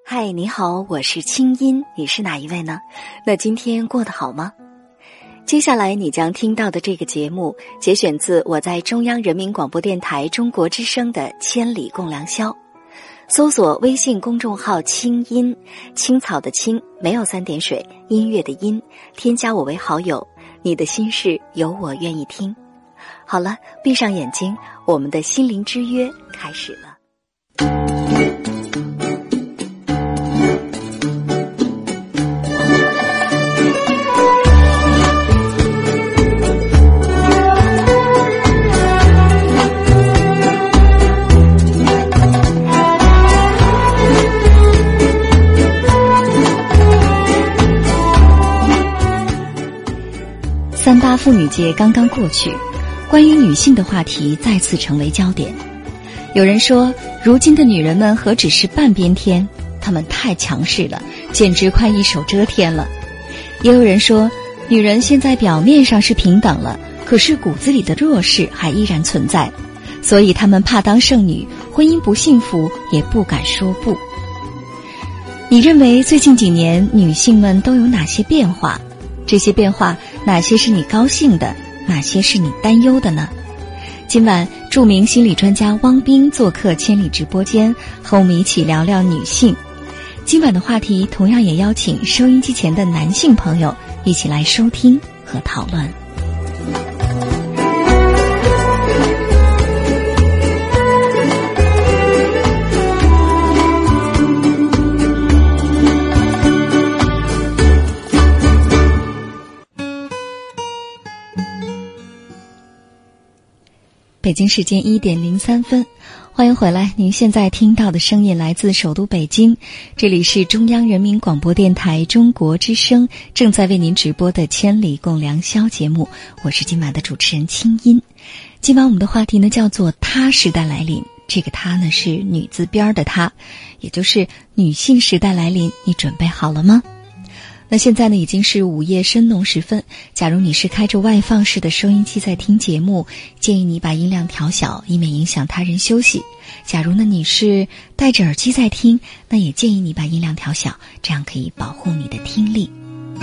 嗨，你好，我是清音，你是哪一位呢？那今天过得好吗？接下来你将听到的这个节目节选自我在中央人民广播电台中国之声的《千里共良宵》，搜索微信公众号清音，青草的青，没有3点水，音乐的音，添加我为好友，你的心事有我愿意听。好了，闭上眼睛，我们的心灵之约开始了。3·8妇女节刚刚过去，关于女性的话题再次成为焦点。有人说，如今的女人们何止是半边天，她们太强势了，简直快一手遮天了。也有人说，女人现在表面上是平等了，可是骨子里的弱势还依然存在，所以她们怕当剩女，婚姻不幸福也不敢说不。你认为最近几年女性们都有哪些变化？这些变化哪些是你高兴的，哪些是你担忧的呢？今晚著名心理专家汪斌做客千里直播间，和我们一起聊聊女性。今晚的话题同样也邀请收音机前的男性朋友一起来收听和讨论。北京时间1点03分，欢迎回来。您现在听到的声音来自首都北京，这里是中央人民广播电台中国之声正在为您直播的千里共良宵节目，我是今晚的主持人清音。今晚我们的话题呢叫做她时代来临，这个她呢是女字边的她，也就是女性时代来临，你准备好了吗？那现在呢已经是午夜深浓时分，假如你是开着外放式的收音机在听节目，建议你把音量调小，以免影响他人休息。假如呢你是戴着耳机在听，那也建议你把音量调小，这样可以保护你的听力。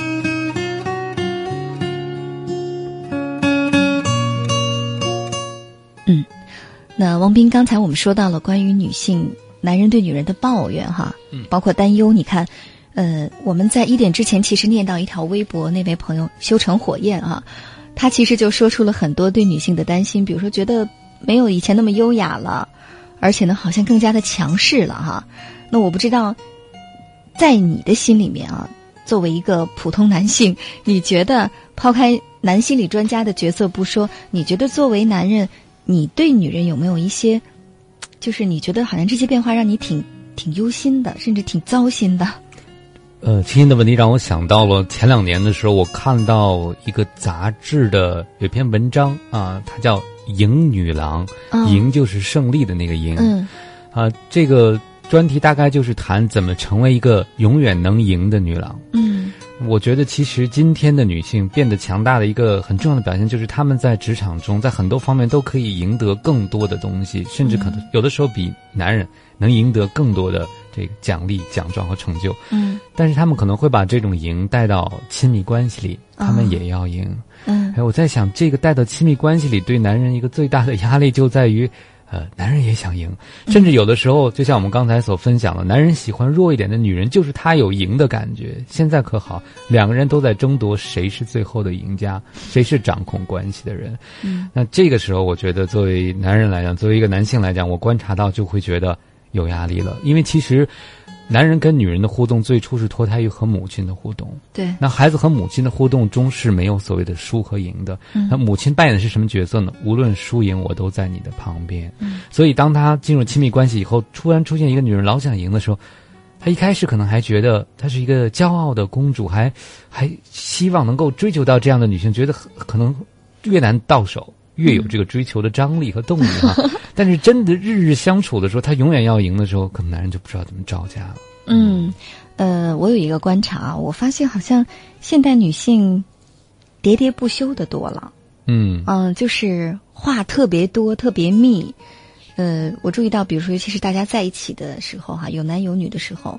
那汪斌，刚才我们说到了关于女性男人对女人的抱怨哈，包括担忧，你看我们在1点之前其实念到一条微博，那位朋友修成火焰啊，他其实就说出了很多对女性的担心，比如说觉得没有以前那么优雅了，而且呢好像更加的强势了哈。那我不知道在你的心里面啊，作为一个普通男性，你觉得抛开男心理专家的角色不说，你觉得作为男人，你对女人有没有一些就是你觉得好像这些变化让你挺忧心的，甚至挺糟心的？ 清音的问题让我想到了前2年的时候，我看到一个杂志的有一篇文章啊，它叫《赢女郎》，赢就是胜利的那个赢。这个专题大概就是谈怎么成为一个永远能赢的女郎。我觉得其实今天的女性变得强大的一个很重要的表现，就是她们在职场中在很多方面都可以赢得更多的东西，甚至可能有的时候比男人能赢得更多的这个奖励、奖状和成就。但是他们可能会把这种赢带到亲密关系里，他们也要赢。我在想，这个带到亲密关系里，对男人一个最大的压力就在于男人也想赢，甚至有的时候就像我们刚才所分享的，男人喜欢弱一点的女人，就是他有赢的感觉。现在可好，2个人都在争夺谁是最后的赢家，谁是掌控关系的人。那这个时候我觉得作为男人来讲，作为一个男性来讲，我观察到就会觉得有压力了。因为其实男人跟女人的互动最初是脱胎于和母亲的互动，对，那孩子和母亲的互动中是没有所谓的输和赢的。那母亲扮演的是什么角色呢？无论输赢我都在你的旁边。所以当他进入亲密关系以后，突然出现一个女人老想赢的时候，他一开始可能还觉得她是一个骄傲的公主，还希望能够追求到这样的女性，觉得可能越难到手越有这个追求的张力和动力哈。但是真的日日相处的时候，他永远要赢的时候，可能男人就不知道怎么招架了。 我有一个观察，我发现好像现代女性喋喋不休的多了。就是话特别多，特别密。我注意到，比如说，尤其是大家在一起的时候哈，有男有女的时候，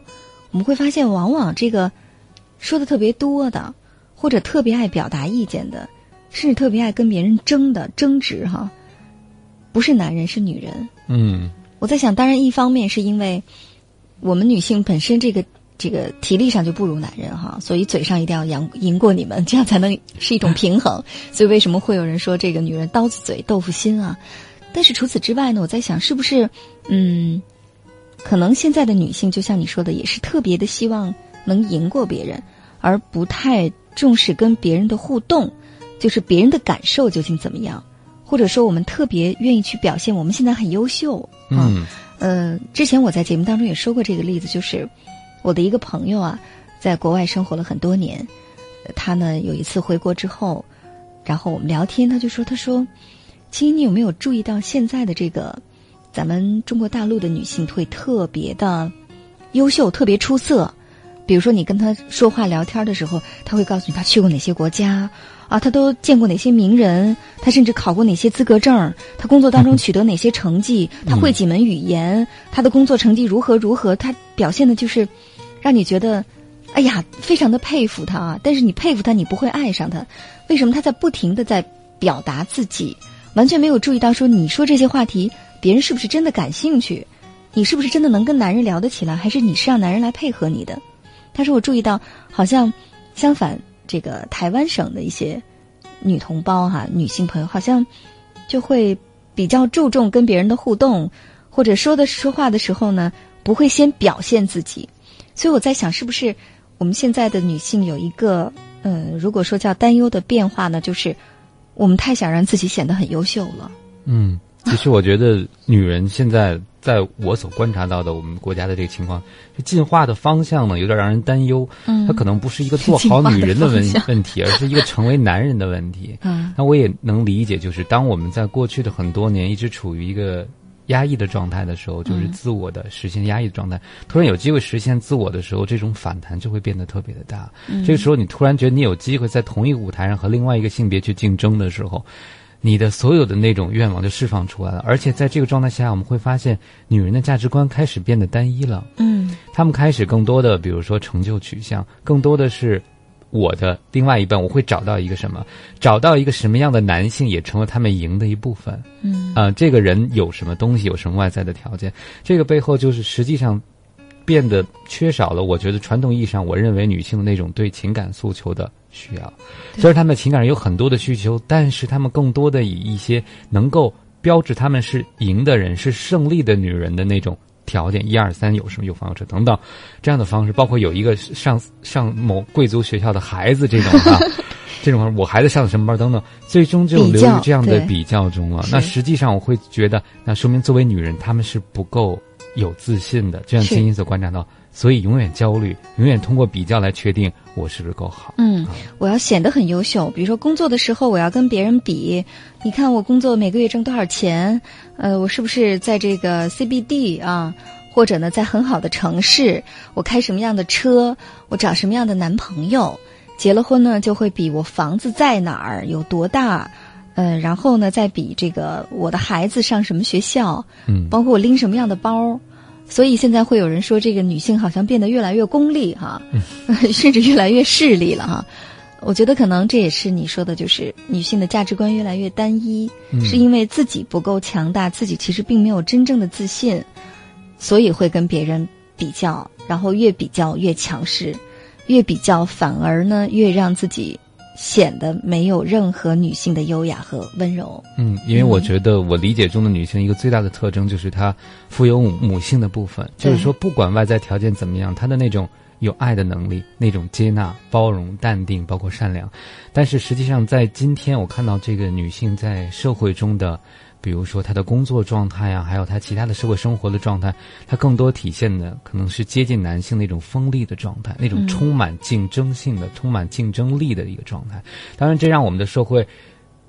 我们会发现往往这个说的特别多的，或者特别爱表达意见的，甚至特别爱跟别人争执哈，不是男人是女人。我在想，当然一方面是因为我们女性本身这个体力上就不如男人哈，所以嘴上一定要赢过你们，这样才能是一种平衡。所以为什么会有人说这个女人刀子嘴豆腐心啊？但是除此之外呢，我在想是不是可能现在的女性就像你说的，也是特别的希望能赢过别人，而不太重视跟别人的互动，就是别人的感受究竟怎么样，或者说我们特别愿意去表现我们现在很优秀啊。之前我在节目当中也说过这个例子，就是我的一个朋友啊，在国外生活了很多年，他呢有一次回国之后，然后我们聊天，他说青青，你有没有注意到现在的这个咱们中国大陆的女性会特别的优秀，特别出色？比如说你跟她说话聊天的时候，她会告诉你她去过哪些国家啊，她都见过哪些名人，她甚至考过哪些资格证，她工作当中取得哪些成绩，她会几门语言，她的工作成绩如何，她表现的就是让你觉得哎呀非常的佩服她啊。但是你佩服她，你不会爱上她，为什么？她在不停的在表达自己，完全没有注意到说你说这些话题别人是不是真的感兴趣，你是不是真的能跟男人聊得起来，还是你是让男人来配合你的。他说我注意到好像相反，这个台湾省的一些女同胞哈，女性朋友好像就会比较注重跟别人的互动，或者说话的时候呢不会先表现自己。所以我在想，是不是我们现在的女性有一个如果说叫担忧的变化呢，就是我们太想让自己显得很优秀了。 其实我觉得女人现在在我所观察到的我们国家的这个情况，进化的方向呢有点让人担忧。它可能不是一个做好女人的问题，而是一个成为男人的问题。那我也能理解，就是当我们在过去的很多年一直处于一个压抑的状态的时候，就是自我的实现压抑的状态，突然有机会实现自我的时候，这种反弹就会变得特别的大。这个时候你突然觉得你有机会在同一个舞台上和另外一个性别去竞争的时候，你的所有的那种愿望就释放出来了。而且在这个状态下，我们会发现女人的价值观开始变得单一了。她们开始更多的比如说成就取向，更多的是我的另外一半我会找到一个什么样的男性也成了他们赢的一部分。这个人有什么东西，有什么外在的条件，这个背后就是实际上变得缺少了我觉得传统意义上我认为女性的那种对情感诉求的需要。虽然她们情感上有很多的需求，但是她们更多的以一些能够标志她们是赢的人，是胜利的女人的那种条件，1、2、3有什么有房有车等等这样的方式，包括有一个上某贵族学校的孩子这种这种我孩子上的什么班等等，最终就流于这样的比较中了。那实际上我会觉得，那说明作为女人她们是不够有自信的，就像青青所观察到，所以永远焦虑，永远通过比较来确定我是不是够好。 我要显得很优秀，比如说工作的时候我要跟别人比，你看我工作每个月挣多少钱，我是不是在这个 CBD 啊，或者呢在很好的城市，我开什么样的车，我找什么样的男朋友，结了婚呢就会比我房子在哪儿有多大，然后呢再比这个我的孩子上什么学校，包括我拎什么样的包。所以现在会有人说这个女性好像变得越来越功利哈，甚至越来越势利了哈。我觉得可能这也是你说的，就是女性的价值观越来越单一，是因为自己不够强大，自己其实并没有真正的自信，所以会跟别人比较，然后越比较越强势，越比较反而呢越让自己显得没有任何女性的优雅和温柔。 因为我觉得我理解中的女性一个最大的特征就是她富有母性的部分，就是说不管外在条件怎么样，她的那种有爱的能力，那种接纳、包容、淡定，包括善良。但是实际上在今天我看到这个女性在社会中的比如说她的工作状态啊，还有她其他的社会生活的状态，她更多体现的可能是接近男性那种锋利的状态，那种充满竞争性的、充满竞争力的一个状态。当然这让我们的社会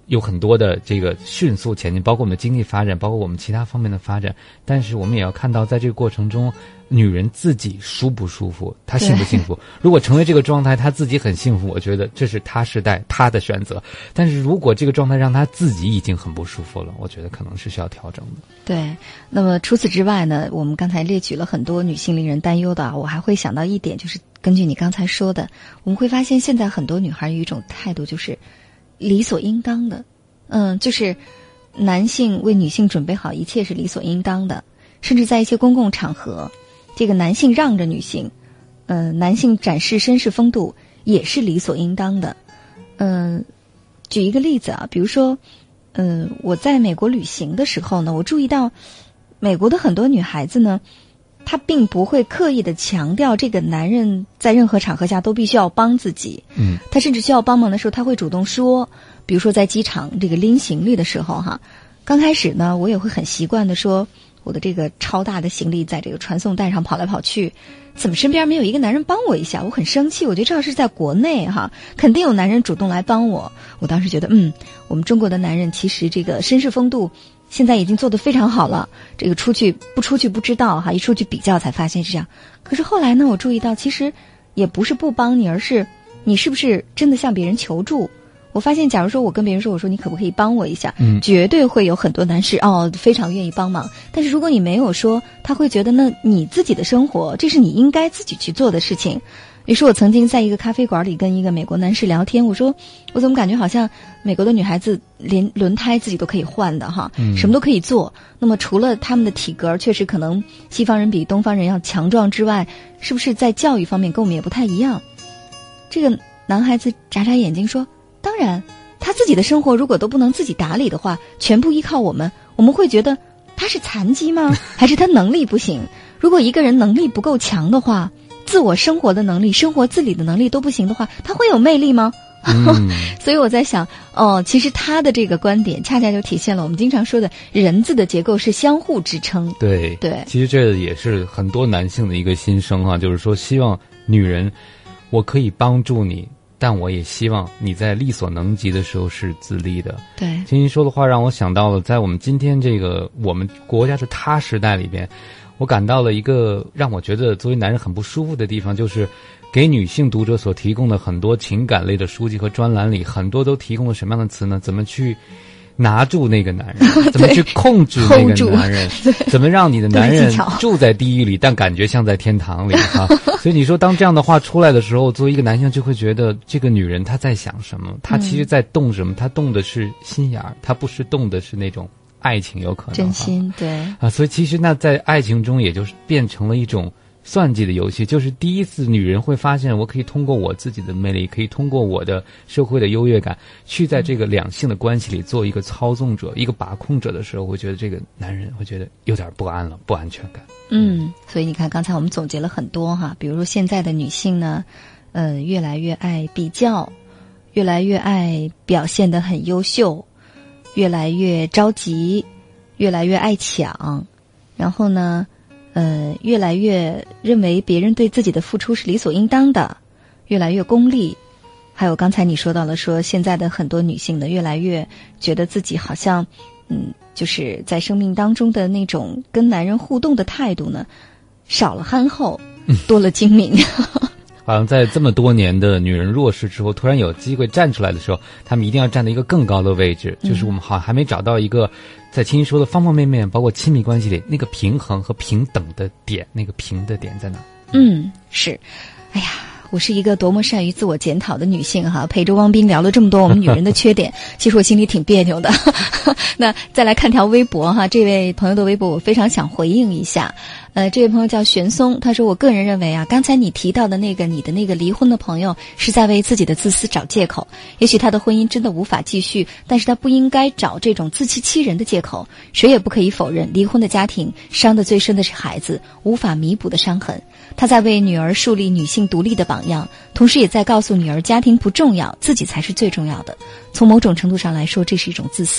有很多的这个迅速前进，包括我们的经济发展，包括我们其他方面的发展。但是我们也要看到，在这个过程中，女人自己舒不舒服，她幸不幸福。如果成为这个状态，她自己很幸福，我觉得这是她时代她的选择。但是如果这个状态让她自己已经很不舒服了，我觉得可能是需要调整的。 对，那么除此之外呢，我们刚才列举了很多女性令人担忧的，我还会想到一点，就是根据你刚才说的，我们会发现现在很多女孩有一种态度，就是理所应当的，就是男性为女性准备好一切是理所应当的，甚至在一些公共场合，这个男性让着女性，男性展示绅士风度也是理所应当的。举一个例子啊，比如说，我在美国旅行的时候呢，我注意到美国的很多女孩子呢，她并不会刻意的强调这个男人在任何场合下都必须要帮自己，她甚至需要帮忙的时候，她会主动说。比如说在机场这个拎行李的时候哈，刚开始呢，我也会很习惯的说，我的这个超大的行李在这个传送带上跑来跑去，怎么身边没有一个男人帮我一下？我很生气，我觉得这要是在国内哈，肯定有男人主动来帮我。我当时觉得，我们中国的男人其实这个绅士风度现在已经做得非常好了，这个出去不知道哈，一出去比较才发现是这样。可是后来呢，我注意到其实也不是不帮你，而是你是不是真的向别人求助。我发现假如说我跟别人说，我说你可不可以帮我一下，绝对会有很多男士非常愿意帮忙。但是如果你没有说，他会觉得那你自己的生活这是你应该自己去做的事情。于是我曾经在一个咖啡馆里跟一个美国男士聊天，我说我怎么感觉好像美国的女孩子连轮胎自己都可以换的哈，什么都可以做。那么除了他们的体格确实可能西方人比东方人要强壮之外，是不是在教育方面跟我们也不太一样？这个男孩子眨眨眼睛说，当然，他自己的生活如果都不能自己打理的话，全部依靠我们会觉得他是残疾吗？还是他能力不行？如果一个人能力不够强的话，自我生活的能力、生活自理的能力都不行的话，他会有魅力吗？所以我在想，其实他的这个观点恰恰就体现了我们经常说的人字的结构是相互支撑。 对，其实这也是很多男性的一个心声哈，就是说希望女人，我可以帮助你。但我也希望你在力所能及的时候是自立的。 对， 青青说的话让我想到了，在我们今天这个我们国家的他时代里边，我感到了一个让我觉得作为男人很不舒服的地方，就是给女性读者所提供的很多情感类的书籍和专栏里，很多都提供了什么样的词呢？怎么去拿住那个男人，怎么去控制那个男人，怎么让你的男人住在地狱里但感觉像在天堂里哈。所以你说当这样的话出来的时候，作为一个男性就会觉得这个女人她在想什么，她其实在动什么，她动的是心眼儿，她不是动的是那种爱情，有可能真心。对啊，所以其实那在爱情中也就是变成了一种算计的游戏，就是第一次女人会发现，我可以通过我自己的魅力，可以通过我的社会的优越感，去在这个两性的关系里做一个操纵者、一个把控者的时候，会觉得这个男人会觉得有点不安了，不安全感。 所以你看，刚才我们总结了很多哈，比如说现在的女性呢，越来越爱比较，越来越爱表现得很优秀，越来越着急，越来越爱抢，然后呢，越来越认为别人对自己的付出是理所应当的，越来越功利。还有刚才你说到了，说现在的很多女性呢，越来越觉得自己好像，就是在生命当中的那种跟男人互动的态度呢，少了憨厚，多了精明。 好像在这么多年的女人弱势之后，突然有机会站出来的时候，她们一定要站在一个更高的位置。就是我们好像还没找到一个在青青说的方方面面，包括亲密关系里那个平衡和平等的点，那个平的点在哪？ 是。哎呀，我是一个多么善于自我检讨的女性哈，陪着汪斌聊了这么多我们女人的缺点，其实我心里挺别扭的。那再来看条微博哈，这位朋友的微博我非常想回应一下。这位朋友叫玄松，他说我个人认为啊，刚才你提到的你的那个离婚的朋友是在为自己的自私找借口，也许他的婚姻真的无法继续，但是他不应该找这种自欺欺人的借口。谁也不可以否认，离婚的家庭伤得最深的是孩子，无法弥补的伤痕。他在为女儿树立女性独立的榜样，同时也在告诉女儿家庭不重要，自己才是最重要的。从某种程度上来说，这是一种自私。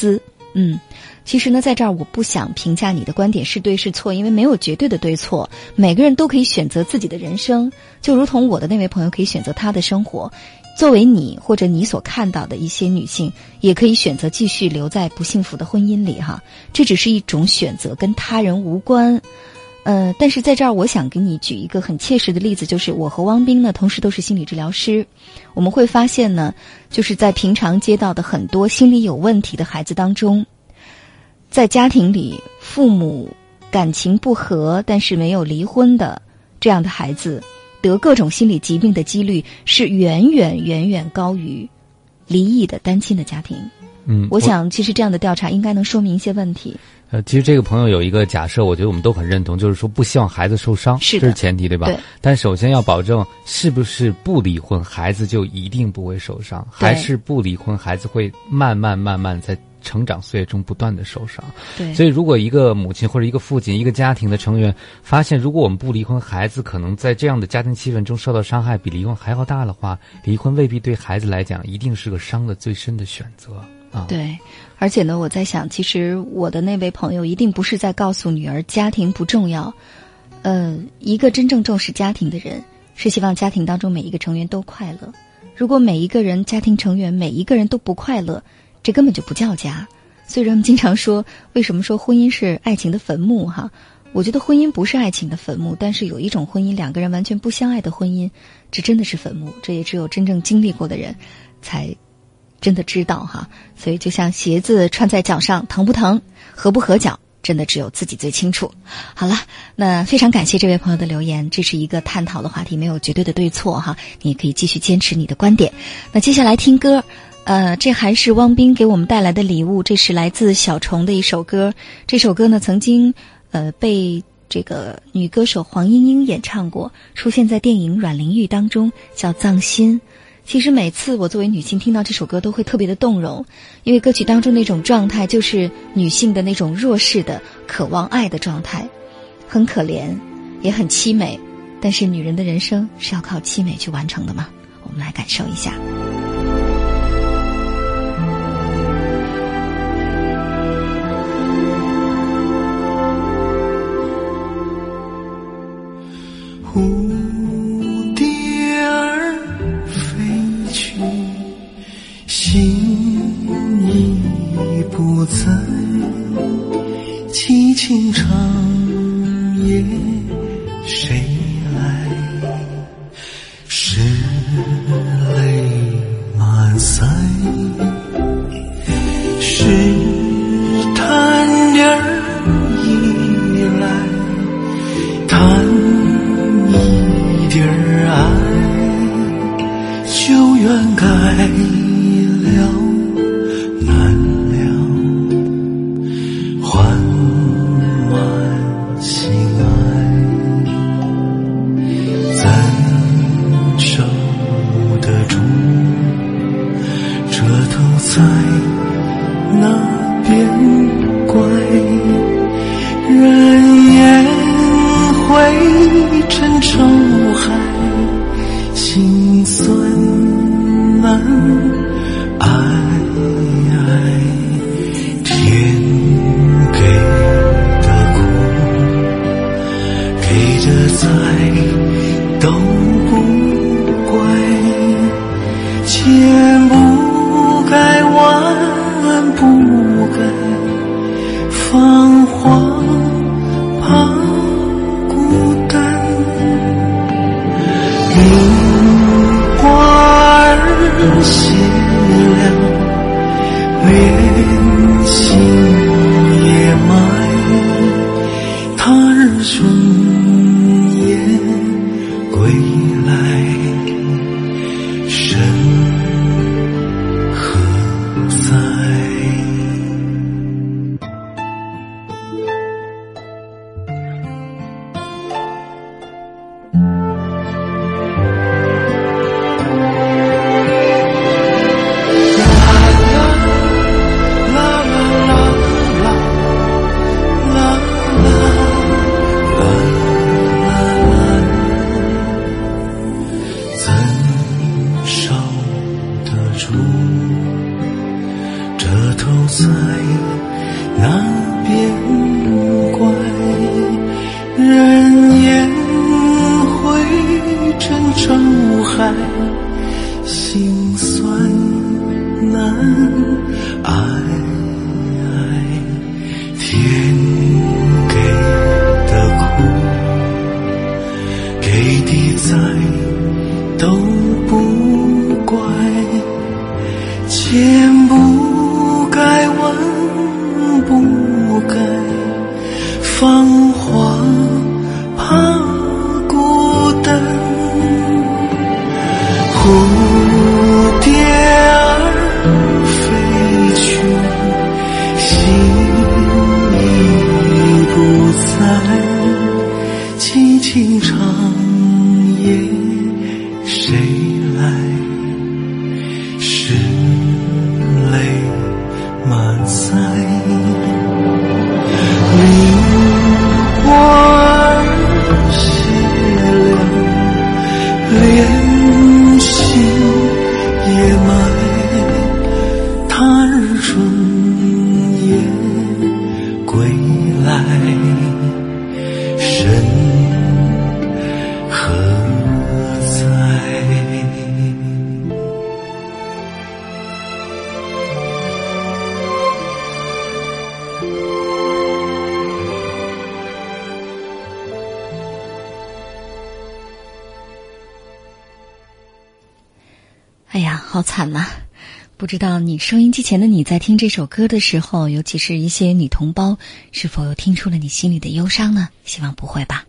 其实呢，在这儿我不想评价你的观点是对是错，因为没有绝对的对错，每个人都可以选择自己的人生，就如同我的那位朋友可以选择他的生活，作为你或者你所看到的一些女性，也可以选择继续留在不幸福的婚姻里哈，这只是一种选择，跟他人无关。但是在这儿我想给你举一个很切实的例子，就是我和汪斌呢同时都是心理治疗师，我们会发现呢，就是在平常接到的很多心理有问题的孩子当中，在家庭里父母感情不和但是没有离婚的这样的孩子，得各种心理疾病的几率是远远高于离异的单亲的家庭。我想其实这样的调查应该能说明一些问题。 其实这个朋友有一个假设，我觉得我们都很认同，就是说不希望孩子受伤， 是的， 这是前提，对吧？ 对。 但首先要保证，是不是不离婚，孩子就一定不会受伤，还是不离婚，孩子会慢慢在成长岁月中不断的受伤。 对。 所以如果一个母亲或者一个父亲，一个家庭的成员发现，如果我们不离婚，孩子可能在这样的家庭气氛中受到伤害比离婚还要大的话，离婚未必对孩子来讲一定是个伤的最深的选择。 对，而且呢，我在想，其实我的那位朋友一定不是在告诉女儿家庭不重要。一个真正重视家庭的人，是希望家庭当中每一个成员都快乐。如果每一个人家庭成员每一个人都不快乐，这根本就不叫家。所以人们经常说，为什么说婚姻是爱情的坟墓哈？我觉得婚姻不是爱情的坟墓，但是有一种婚姻，两个人完全不相爱的婚姻，这真的是坟墓。这也只有真正经历过的人才真的知道哈。所以就像鞋子穿在脚上，疼不疼，合不合脚，真的只有自己最清楚。好了，那非常感谢这位朋友的留言，这是一个探讨的话题，没有绝对的对错哈，你也可以继续坚持你的观点。那接下来听歌，这还是汪斌给我们带来的礼物，这是来自小虫的一首歌。这首歌呢曾经被这个女歌手黄莺莺演唱过，出现在电影《阮玲玉》当中，叫《葬心》。其实每次我作为女性听到这首歌都会特别的动容，因为歌曲当中那种状态就是女性的那种弱势的渴望爱的状态，很可怜也很凄美，但是女人的人生是要靠凄美去完成的吗？我们来感受一下。 蝴蝶儿飞去，心已不在，凄清长夜谁来？是泪满腮，是贪点儿依赖，贪一点儿爱，就愿改了难了，缓慢心爱，怎守得住这头在那边怪？人言会真愁海，心酸难挨，天给的苦，给的灾都不怪，千不该万不该，芳华怕孤单，樱花儿谢了，莲心也埋，他日春燕归来，身何在？ 来，心酸难挨，天给的苦，给的灾都不怪，千不该万不该，芳华怕孤单，蝴蝶儿飞去，心已不在，凄清长夜谁来？是泪满腮，灵魂儿歇了，连心也埋，他日春夜归来，身何在？ 哎呀，好惨呐！不知道你收音机前的你在听这首歌的时候，尤其是一些女同胞，是否又听出了你心里的忧伤呢？希望不会吧。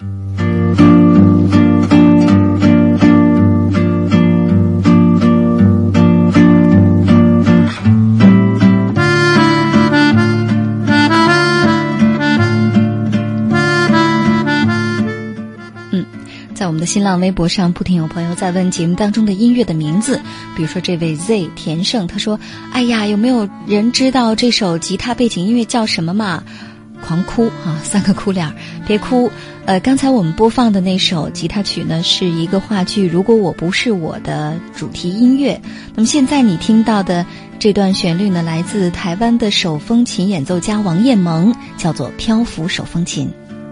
在我们的新浪微博上，不停有朋友在问节目当中的音乐的名字，比如说这位 Z 田胜，他说：“哎呀，有没有人知道这首吉他背景音乐叫什么嘛？”狂哭啊，3个哭脸，别哭。刚才我们播放的那首吉他曲呢，是一个话剧《如果我不是我》的主题音乐。那么现在你听到的这段旋律呢，来自台湾的手风琴演奏家王彦萌，叫做《漂浮手风琴》。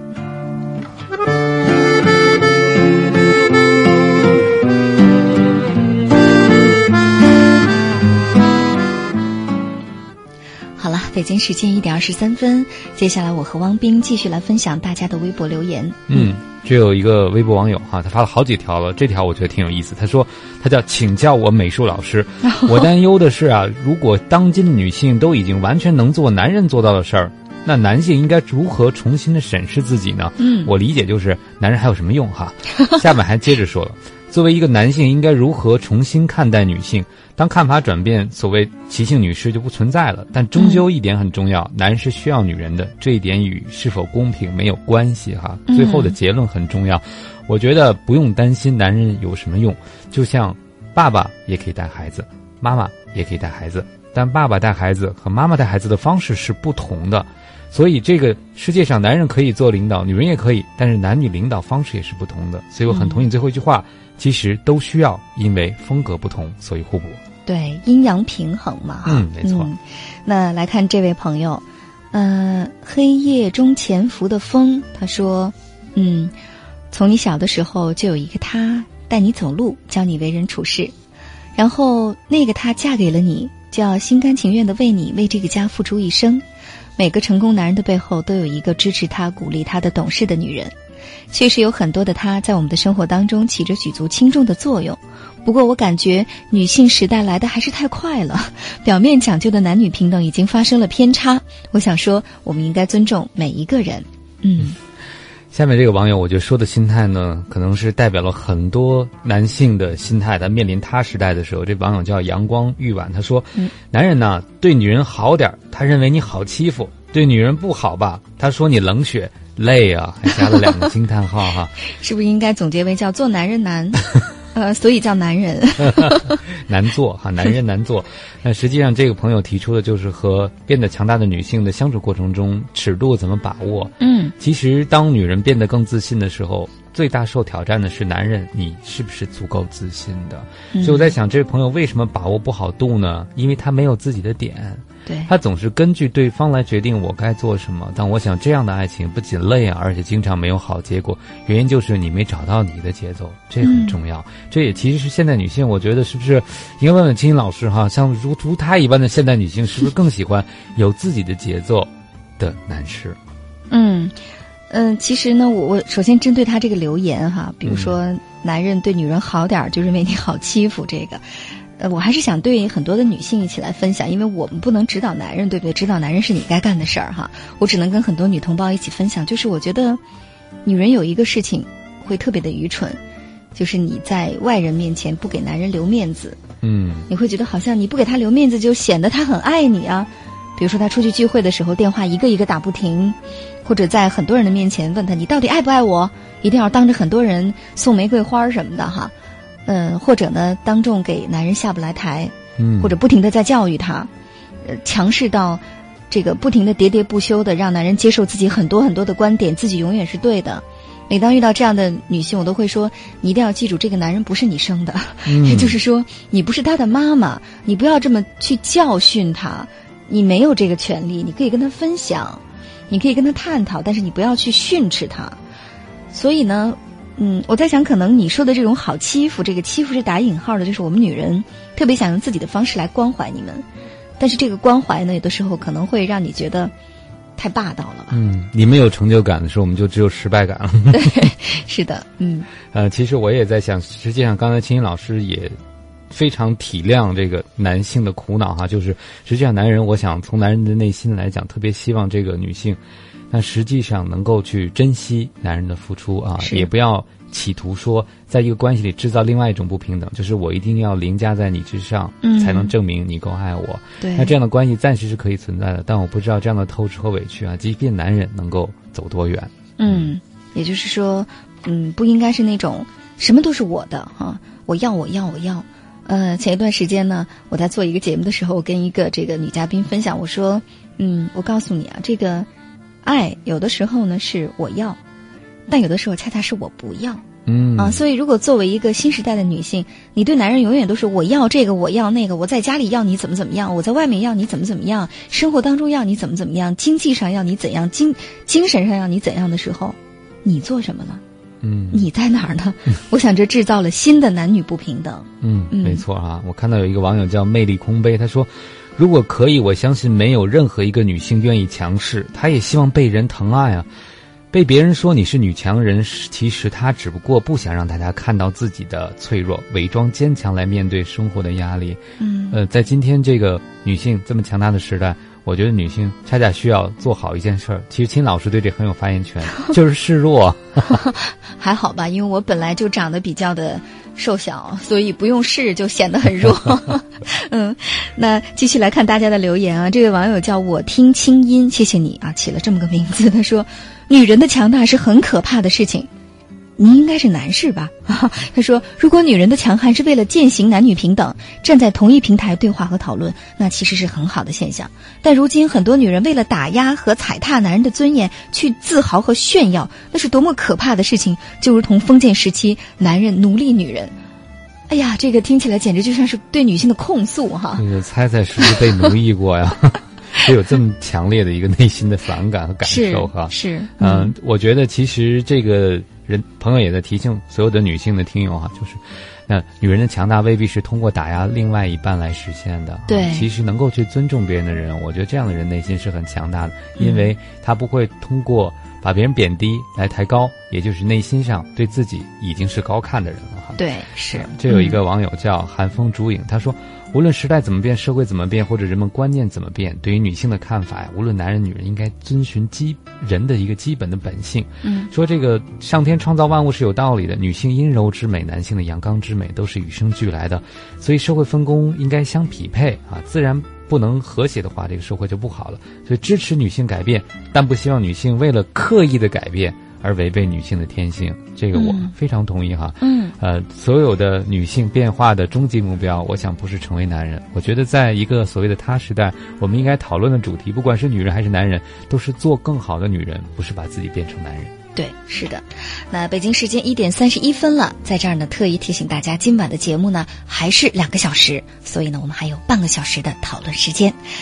好了，北京时间1点23分，接下来我和汪斌继续来分享大家的微博留言。 这有一个微博网友哈，他发了好几条了，这条我觉得挺有意思。他说他叫请教我美术老师，我担忧的是啊，如果当今的女性都已经完全能做男人做到的事儿，那男性应该如何重新的审视自己呢？我理解就是男人还有什么用哈。下面还接着说了，作为一个男性应该如何重新看待女性，当看法转变，所谓奇性女士就不存在了。但终究一点很重要，男人是需要女人的，这一点与是否公平没有关系哈。最后的结论很重要，我觉得不用担心男人有什么用，就像爸爸也可以带孩子，妈妈也可以带孩子，但爸爸带孩子和妈妈带孩子的方式是不同的。所以这个世界上男人可以做领导，女人也可以，但是男女领导方式也是不同的。所以我很同意最后一句话，其实都需要，因为风格不同，所以互补。对，阴阳平衡嘛。没错。那来看这位朋友，黑夜中潜伏的风，他说，从你小的时候就有一个他带你走路，教你为人处事，然后那个他嫁给了你，就要心甘情愿地为你为这个家付出一生。每个成功男人的背后都有一个支持他鼓励他的懂事的女人，确实有很多的他在我们的生活当中起着举足轻重的作用。不过我感觉女性时代来的还是太快了，表面讲究的男女平等已经发生了偏差。我想说我们应该尊重每一个人。下面这个网友我觉得说的心态呢，可能是代表了很多男性的心态。他面临他时代的时候，这网友叫阳光玉婉，他说，男人呢对女人好点，他认为你好欺负；对女人不好吧，他说你冷血累啊，还加了2个惊叹号哈。是不是应该总结为叫做男人难？所以叫男人难做哈，男人难做。那实际上这个朋友提出的就是和变得强大的女性的相处过程中尺度怎么把握。其实当女人变得更自信的时候，最大受挑战的是男人，你是不是足够自信的？所以我在想，这位朋友为什么把握不好度呢？因为他没有自己的点。 对，他总是根据对方来决定我该做什么。但我想这样的爱情不仅累啊，而且经常没有好结果，原因就是你没找到你的节奏，这很重要。这也其实是现代女性，我觉得是不是应该问问青老师哈，像如她一般的现代女性，是不是更喜欢有自己的节奏的男士？ 其实呢，我首先针对他这个留言哈，比如说男人对女人好点就认为你好欺负这个。我还是想对很多的女性一起来分享，因为我们不能指导男人，对不对？指导男人是你该干的事儿哈。我只能跟很多女同胞一起分享，就是我觉得女人有一个事情会特别的愚蠢，就是你在外人面前不给男人留面子。你会觉得好像你不给他留面子就显得他很爱你啊。比如说他出去聚会的时候电话一个一个打不停，或者在很多人的面前问他你到底爱不爱我，一定要当着很多人送玫瑰花什么的哈。或者呢，当众给男人下不来台，或者不停地在教育他，强势到这个不停地喋喋不休的让男人接受自己很多很多的观点，自己永远是对的。每当遇到这样的女性，我都会说，你一定要记住，这个男人不是你生的，也就是说，你不是他的妈妈，你不要这么去教训他，你没有这个权利，你可以跟他分享，你可以跟他探讨，但是你不要去训斥他。所以呢，我在想，可能你说的这种好欺负，这个欺负是打引号的，就是我们女人特别想用自己的方式来关怀你们，但是这个关怀呢，有的时候可能会让你觉得太霸道了吧。 你们有成就感的时候，我们就只有失败感了。 对，是的， 其实我也在想，实际上刚才青青老师也非常体谅这个男性的苦恼哈，就是实际上男人，我想从男人的内心来讲，特别希望这个女性但实际上能够去珍惜男人的付出啊，也不要企图说在一个关系里制造另外一种不平等，就是我一定要凌驾在你之上，才能证明你够爱我。对，那这样的关系暂时是可以存在的，但我不知道这样的透支和委屈啊，即便男人能够走多远。 也就是说，不应该是那种什么都是我的哈，我要。前一段时间呢，我在做一个节目的时候，我跟一个这个女嘉宾分享，我说，我告诉你啊，这个爱有的时候呢是我要，但有的时候恰恰是我不要。所以如果作为一个新时代的女性，你对男人永远都是我要这个我要那个，我在家里要你怎么样，我在外面要你怎么样，生活当中要你怎么样，经济上要你怎样，精神上要你怎样的时候，你做什么呢？你在哪儿呢？我想这制造了新的男女不平等。 没错啊。我看到有一个网友叫魅力空杯，他说，如果可以，我相信没有任何一个女性愿意强势，她也希望被人疼爱啊。被别人说你是女强人，其实她只不过不想让大家看到自己的脆弱，伪装坚强来面对生活的压力。在今天这个女性这么强大的时代，我觉得女性恰恰需要做好一件事儿。其实秦老师对这很有发言权，就是示弱。 还好吧，因为我本来就长得比较的瘦小，所以不用示就显得很弱。那继续来看大家的留言啊。这位网友叫我听清音，谢谢你啊，起了这么个名字。他说，女人的强大是很可怕的事情。您应该是男士吧？他说，如果女人的强悍是为了践行男女平等，站在同一平台对话和讨论，那其实是很好的现象。但如今很多女人为了打压和踩踏男人的尊严去自豪和炫耀，那是多么可怕的事情，就如同封建时期男人奴隶女人。哎呀，这个听起来简直就像是对女性的控诉哈。 这个猜猜是不是被奴役过呀？会有这么强烈的一个内心的反感和感受哈。 是。 我觉得其实这个人朋友也在提醒所有的女性的听友哈，就是那女人的强大未必是通过打压另外一半来实现的。 对， 其实能够去尊重别人的人，我觉得这样的人内心是很强大的，因为他不会通过把别人贬低来抬高，也就是内心上对自己已经是高看的人了哈。 对，是。 这有一个网友叫寒风烛影，他说，无论时代怎么变，社会怎么变，或者人们观念怎么变，对于女性的看法呀，无论男人女人，应该遵循人的一个基本的本性。说这个上天创造万物是有道理的，女性阴柔之美，男性的阳刚之美，都是与生俱来的，所以社会分工应该相匹配啊，自然不能和谐的话，这个社会就不好了。所以支持女性改变，但不希望女性为了刻意的改变而违背女性的天性，这个我非常同意哈。所有的女性变化的终极目标，我想不是成为男人。我觉得在一个所谓的他时代，我们应该讨论的主题，不管是女人还是男人，都是做更好的女人，不是把自己变成男人。 对，是的。那北京时间1点31分了，在这儿呢特意提醒大家，今晚的节目呢还是2个小时，所以呢我们还有半个小时的讨论时间。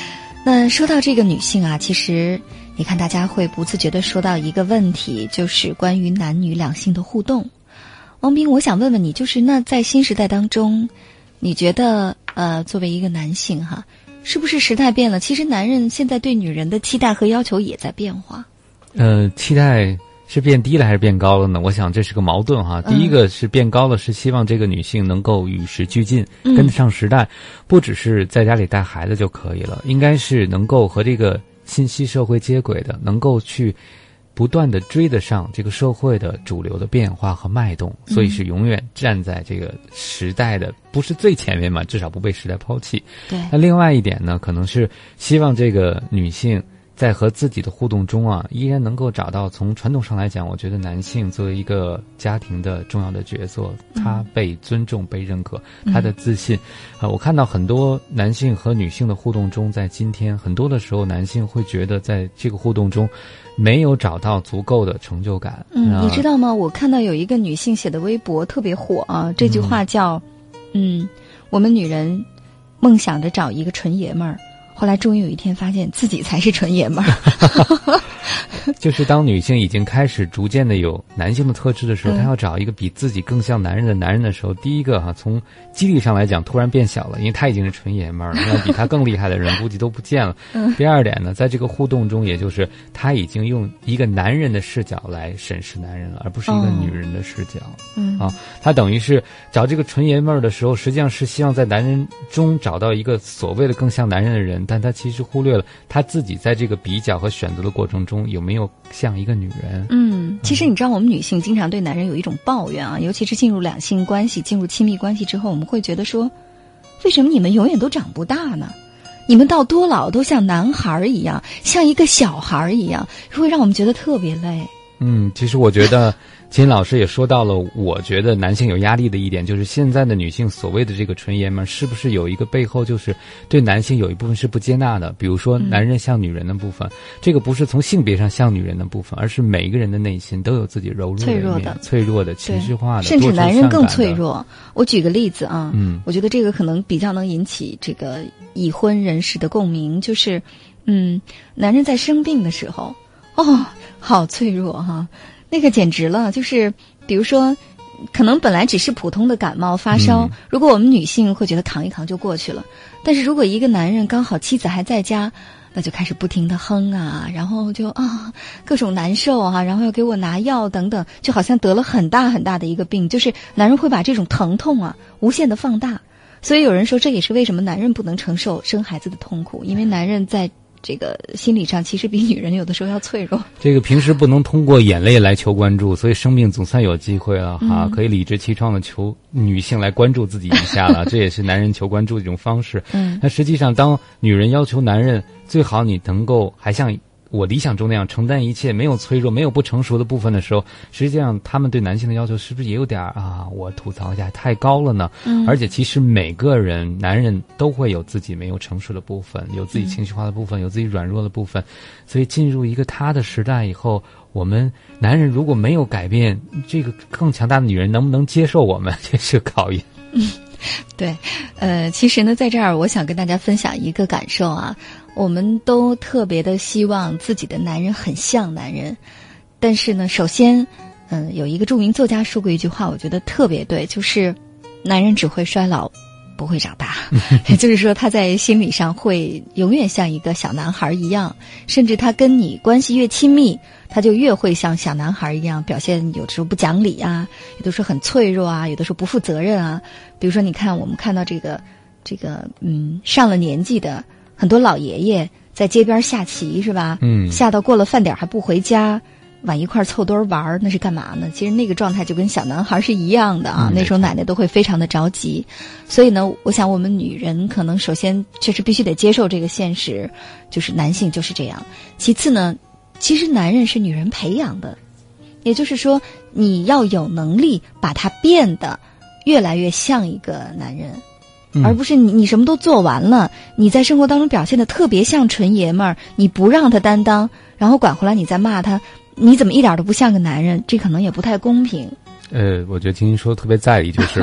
那说到这个女性啊，其实你看大家会不自觉地说到一个问题，就是关于男女两性的互动。王斌，我想问问你，就是那在新时代当中，你觉得作为一个男性哈，是不是时代变了？其实男人现在对女人的期待和要求也在变化。 期待是变低了还是变高了呢？我想这是个矛盾哈。第一个是变高了，是希望这个女性能够与时俱进，跟得上时代，不只是在家里带孩子就可以了，应该是能够和这个信息社会接轨的，能够去不断的追得上这个社会的主流的变化和脉动，所以是永远站在这个时代的不是最前面嘛，至少不被时代抛弃。 对。 那另外一点呢，可能是希望这个女性在和自己的互动中啊，依然能够找到，从传统上来讲，我觉得男性作为一个家庭的重要的角色，他被尊重、被认可，他的自信。我看到很多男性和女性的互动中，在今天很多的时候，男性会觉得在这个互动中没有找到足够的成就感。 你知道吗？我看到有一个女性写的微博特别火啊，这句话叫我们女人梦想着找一个纯爷们儿，后来终于有一天发现自己才是纯爷们儿。 就是当女性已经开始逐渐的有男性的特质的时候，她要找一个比自己更像男人的男人的时候，第一个从几率上来讲突然变小了，因为他已经是纯爷们儿了，那比他更厉害的人估计都不见了。第二点呢，在这个互动中，也就是他已经用一个男人的视角来审视男人了，而不是一个女人的视角。他等于是找这个纯爷们儿的时候，实际上是希望在男人中找到一个所谓的更像男人的人，但他其实忽略了他自己在这个比较和选择的过程中有没有像一个女人。 其实你知道我们女性经常对男人有一种抱怨啊，尤其是进入两性关系、进入亲密关系之后，我们会觉得说，为什么你们永远都长不大呢？你们到多老都像男孩一样，像一个小孩一样，会让我们觉得特别累。 其实我觉得秦老师也说到了，我觉得男性有压力的一点，就是现在的女性所谓的这个纯爷们是不是有一个背后就是对男性有一部分是不接纳的，比如说男人像女人的部分，这个不是从性别上像女人的部分，而是每一个人的内心都有自己柔弱的一面、脆弱的、情绪化的， 甚至男人更脆弱。我举个例子啊，我觉得这个可能比较能引起这个已婚人士的共鸣，就是男人在生病的时候，好脆弱哈，那个简直了，就是比如说可能本来只是普通的感冒发烧，如果我们女性会觉得扛一扛就过去了，但是如果一个男人刚好妻子还在家，那就开始不停地哼啊，然后就各种难受啊，然后要给我拿药等等，就好像得了很大很大的一个病，就是男人会把这种疼痛啊无限的放大。所以有人说这也是为什么男人不能承受生孩子的痛苦，因为男人在这个心理上其实比女人有的时候要脆弱。这个平时不能通过眼泪来求关注，所以生病总算有机会了哈，可以理直气壮的求女性来关注自己一下了，这也是男人求关注的一种方式。那实际上当女人要求男人最好你能够还像我理想中那样承担一切，没有脆弱没有不成熟的部分的时候，实际上他们对男性的要求是不是也有点我吐槽一下太高了呢？而且其实每个人男人都会有自己没有成熟的部分，有自己情绪化的部分，有自己软弱的部分，所以进入一个他的时代以后，我们男人如果没有改变，这个更强大的女人能不能接受我们，这是个考验。 对，其实呢，在这儿我想跟大家分享一个感受啊，我们都特别的希望自己的男人很像男人，但是呢，首先，有一个著名作家说过一句话，我觉得特别对，就是男人只会衰老，不会长大。也就是说，他在心理上会永远像一个小男孩一样，甚至他跟你关系越亲密，他就越会像小男孩一样表现，有的时候不讲理啊，有的时候很脆弱啊，有的时候不负责任啊。比如说，你看我们看到这个上了年纪的很多老爷爷在街边下棋是吧？下到过了饭点还不回家，往一块凑堆玩，那是干嘛呢？其实那个状态就跟小男孩是一样的啊。那时候奶奶都会非常的着急，所以呢，我想我们女人可能首先确实必须得接受这个现实，就是男性就是这样。其次呢，其实男人是女人培养的，也就是说你要有能力把他变得越来越像一个男人，而不是你什么都做完了，你在生活当中表现得特别像纯爷们儿，你不让他担当，然后管回来你再骂他，你怎么一点都不像个男人，这可能也不太公平。 我觉得青青说的特别在理，就是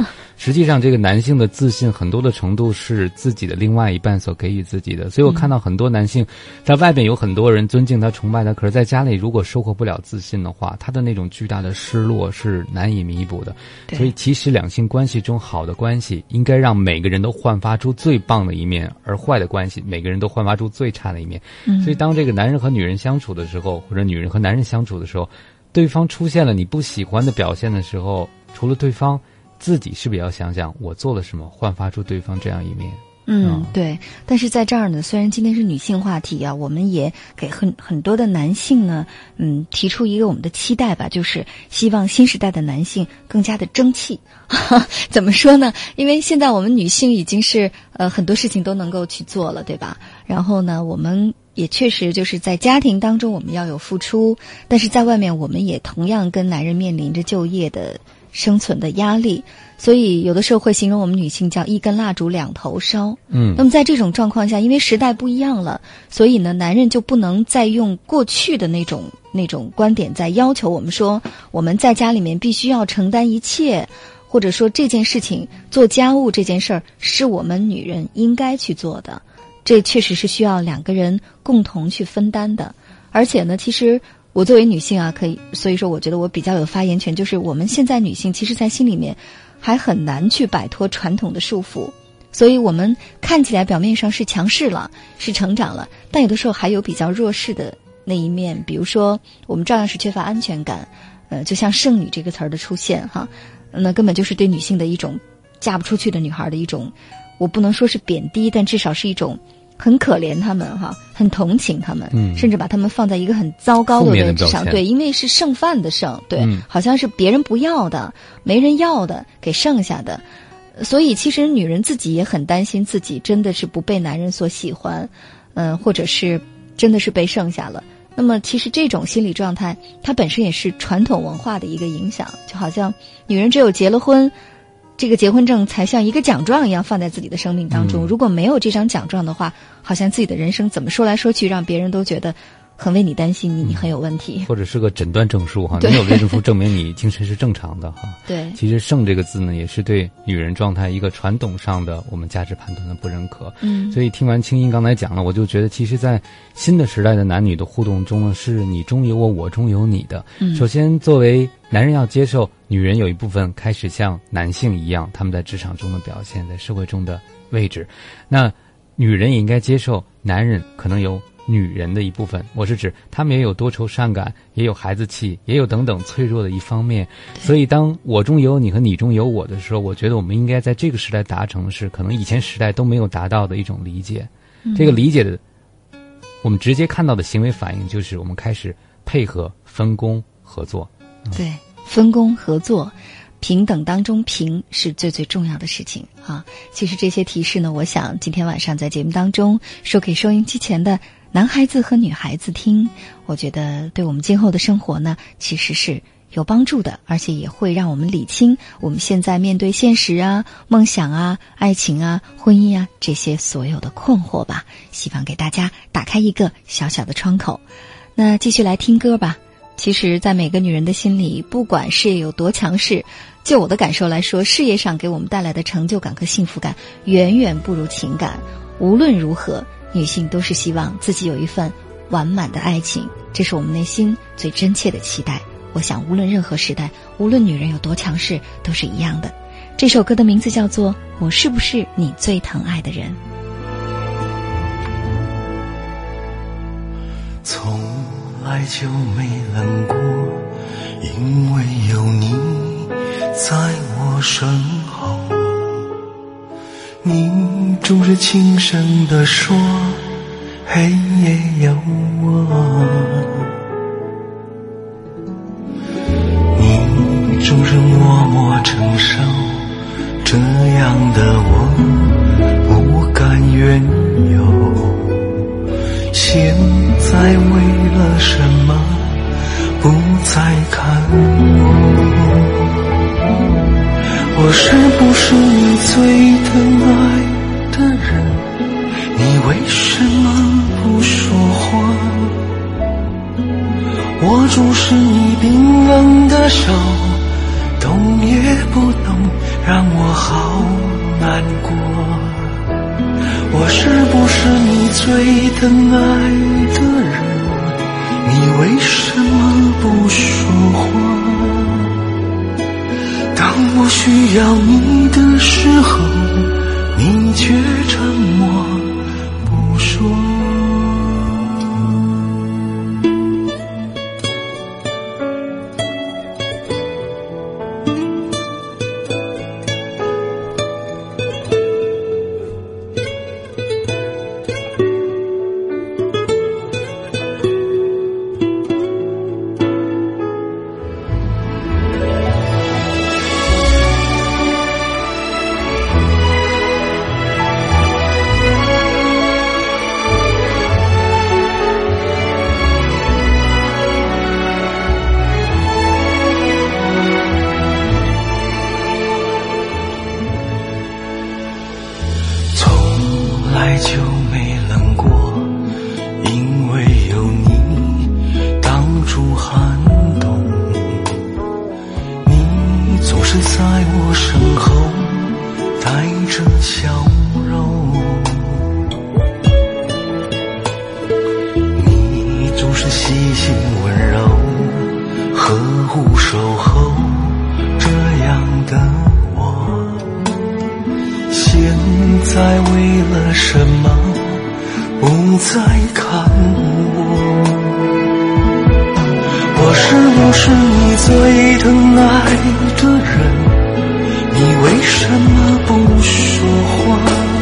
实际上这个男性的自信很多的程度是自己的另外一半所给予自己的。所以我看到很多男性在外边有很多人尊敬他崇拜他，可是在家里如果收获不了自信的话，他的那种巨大的失落是难以弥补的。所以其实两性关系中好的关系应该让每个人都焕发出最棒的一面，而坏的关系每个人都焕发出最差的一面。所以当这个男人和女人相处的时候，或者女人和男人相处的时候，对方出现了你不喜欢的表现的时候，除了对方自己是不是也要想想我做了什么焕发出对方这样一面。 对。但是在这儿呢，虽然今天是女性话题啊，我们也给很多的男性呢提出一个我们的期待吧，就是希望新时代的男性更加的争气。怎么说呢？因为现在我们女性已经是很多事情都能够去做了，对吧？然后呢，我们也确实就是在家庭当中我们要有付出，但是在外面我们也同样跟男人面临着就业的生存的压力，所以有的时候会形容我们女性叫一根蜡烛两头烧。那么在这种状况下，因为时代不一样了，所以呢，男人就不能再用过去的那种观点在要求我们说我们在家里面必须要承担一切，或者说这件事情做家务这件事儿是我们女人应该去做的，这确实是需要两个人共同去分担的。而且呢，其实我作为女性啊，所以说我觉得我比较有发言权，就是我们现在女性其实在心里面还很难去摆脱传统的束缚，所以我们看起来表面上是强势了，是成长了，但有的时候还有比较弱势的那一面。比如说我们照样是缺乏安全感，就像剩女这个词儿的出现哈，那根本就是对女性的一种嫁不出去的女孩的一种，我不能说是贬低，但至少是一种很可怜他们哈，很同情他们，甚至把他们放在一个很糟糕的位置上。对，因为是剩饭的剩，对，好像是别人不要的，没人要的，给剩下的。所以其实女人自己也很担心自己真的是不被男人所喜欢，或者是真的是被剩下了。那么其实这种心理状态它本身也是传统文化的一个影响，就好像女人只有结了婚，这个结婚证才像一个奖状一样放在自己的生命当中，如果没有这张奖状的话，好像自己的人生怎么说来说去让别人都觉得很为你担心，你很有问题， 或者是个诊断证书哈，你有这证书证明你精神是正常的哈。 对， 其实剩这个字呢，也是对女人状态一个传统上的我们价值判断的不认可。所以听完青音刚才讲了，我就觉得其实在新的时代的男女的互动中呢，是你中有我，我中有你的。首先作为男人要接受女人有一部分开始像男性一样，他们在职场中的表现，在社会中的位置，那女人也应该接受男人可能有女人的一部分，我是指他们也有多愁善感，也有孩子气，也有等等脆弱的一方面。所以当我中有你和你中有我的时候，我觉得我们应该在这个时代达成的是可能以前时代都没有达到的一种理解。这个理解的我们直接看到的行为反应就是我们开始配合分工合作。 对，分工合作，平等当中平是最最重要的事情啊。其实这些提示呢，我想今天晚上在节目当中说给收音机前的男孩子和女孩子听，我觉得对我们今后的生活呢其实是有帮助的，而且也会让我们理清我们现在面对现实啊、梦想啊、爱情啊、婚姻啊这些所有的困惑吧。希望给大家打开一个小小的窗口。那继续来听歌吧。其实在每个女人的心里，不管事业有多强势，就我的感受来说，事业上给我们带来的成就感和幸福感远远不如情感。无论如何，女性都是希望自己有一份完满的爱情，这是我们内心最真切的期待。我想无论任何时代，无论女人有多强势，都是一样的。这首歌的名字叫做《我是不是你最疼爱的人》。 从来就没冷过，因为有你在我身后。你总是轻声地说，黑夜有我。你总是默默承受，这样的我不甘愿有。现在为了什么不再看我是不是你最疼爱的人？你为什么不说话？握住是你冰冷的手，动也不动， 让我好难过。我是不是你最疼爱的人？你为什么不说话？当我需要你的时候，你却沉默不说。就没冷过，因为有你挡住寒冬。你总是在我身后带着笑容，你总是细心温柔，呵护守候这样的我。现在为了什么不再看我？我是不是你最疼爱的人？你为什么不说话？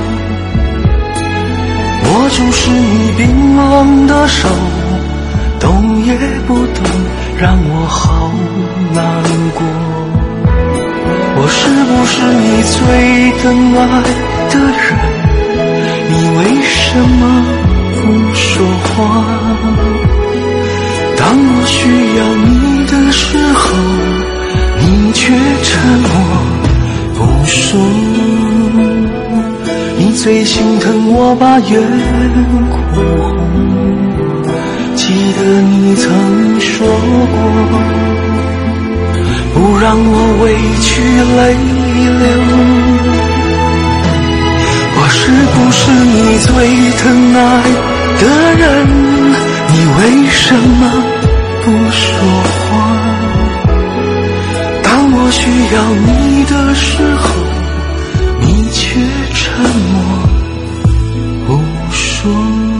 我就是你冰冷的手，动也不动，让我好难过。我是不是你最疼爱的人？你为什么不说话？当我需要你的时候，你却沉默不说。你最心疼我把月哭红，记得你曾说过，不让我委屈泪流。我是不是你最疼爱的人？你为什么不说话？当我需要你的时候，你却沉默不说。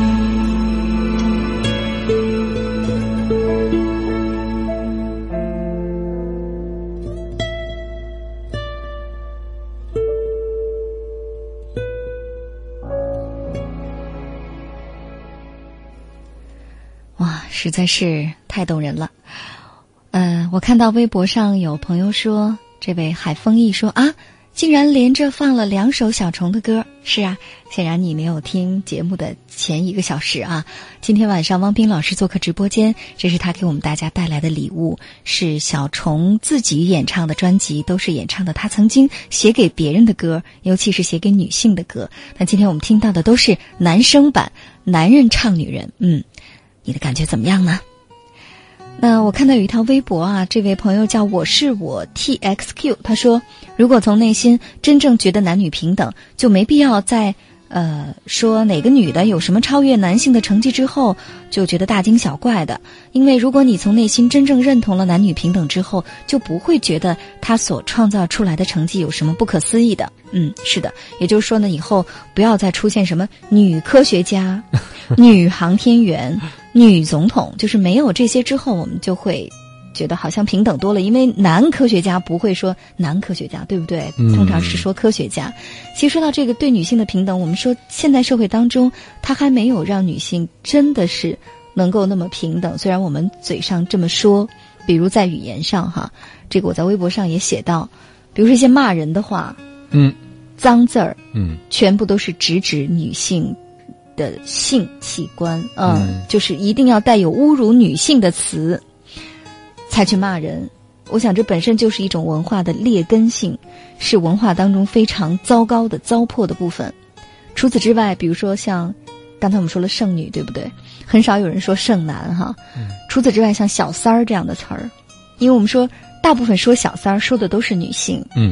实在是太动人了。我看到微博上有朋友说，这位海风毅说啊，竟然连着放了2首小虫的歌。是啊，显然你没有听节目的前1个小时啊。今天晚上汪斌老师做客直播间，这是他给我们大家带来的礼物，是小虫自己演唱的专辑，都是演唱的他曾经写给别人的歌，尤其是写给女性的歌。那今天我们听到的都是男生版，男人唱女人。你的感觉怎么样呢？那我看到有一条微博啊，这位朋友叫我是我 TXQ， 他说如果从内心真正觉得男女平等，就没必要在说哪个女的有什么超越男性的成绩之后就觉得大惊小怪的。因为如果你从内心真正认同了男女平等之后，就不会觉得他所创造出来的成绩有什么不可思议的。是的，也就是说呢，以后不要再出现什么女科学家女航天员女总统，就是没有这些之后，我们就会觉得好像平等多了。因为男科学家不会说男科学家，对不对？通常是说科学家。其实说到这个对女性的平等，我们说现代社会当中，它还没有让女性真的是能够那么平等。虽然我们嘴上这么说，比如在语言上哈，这个我在微博上也写到，比如说一些骂人的话，脏字儿，全部都是直指女性的性器官，就是一定要带有侮辱女性的词才去骂人。我想这本身就是一种文化的劣根性，是文化当中非常糟糕的糟粕的部分。除此之外，比如说像刚才我们说了剩女，对不对？很少有人说剩男哈。除此之外，像小三儿这样的词儿，因为我们说大部分说小三儿说的都是女性，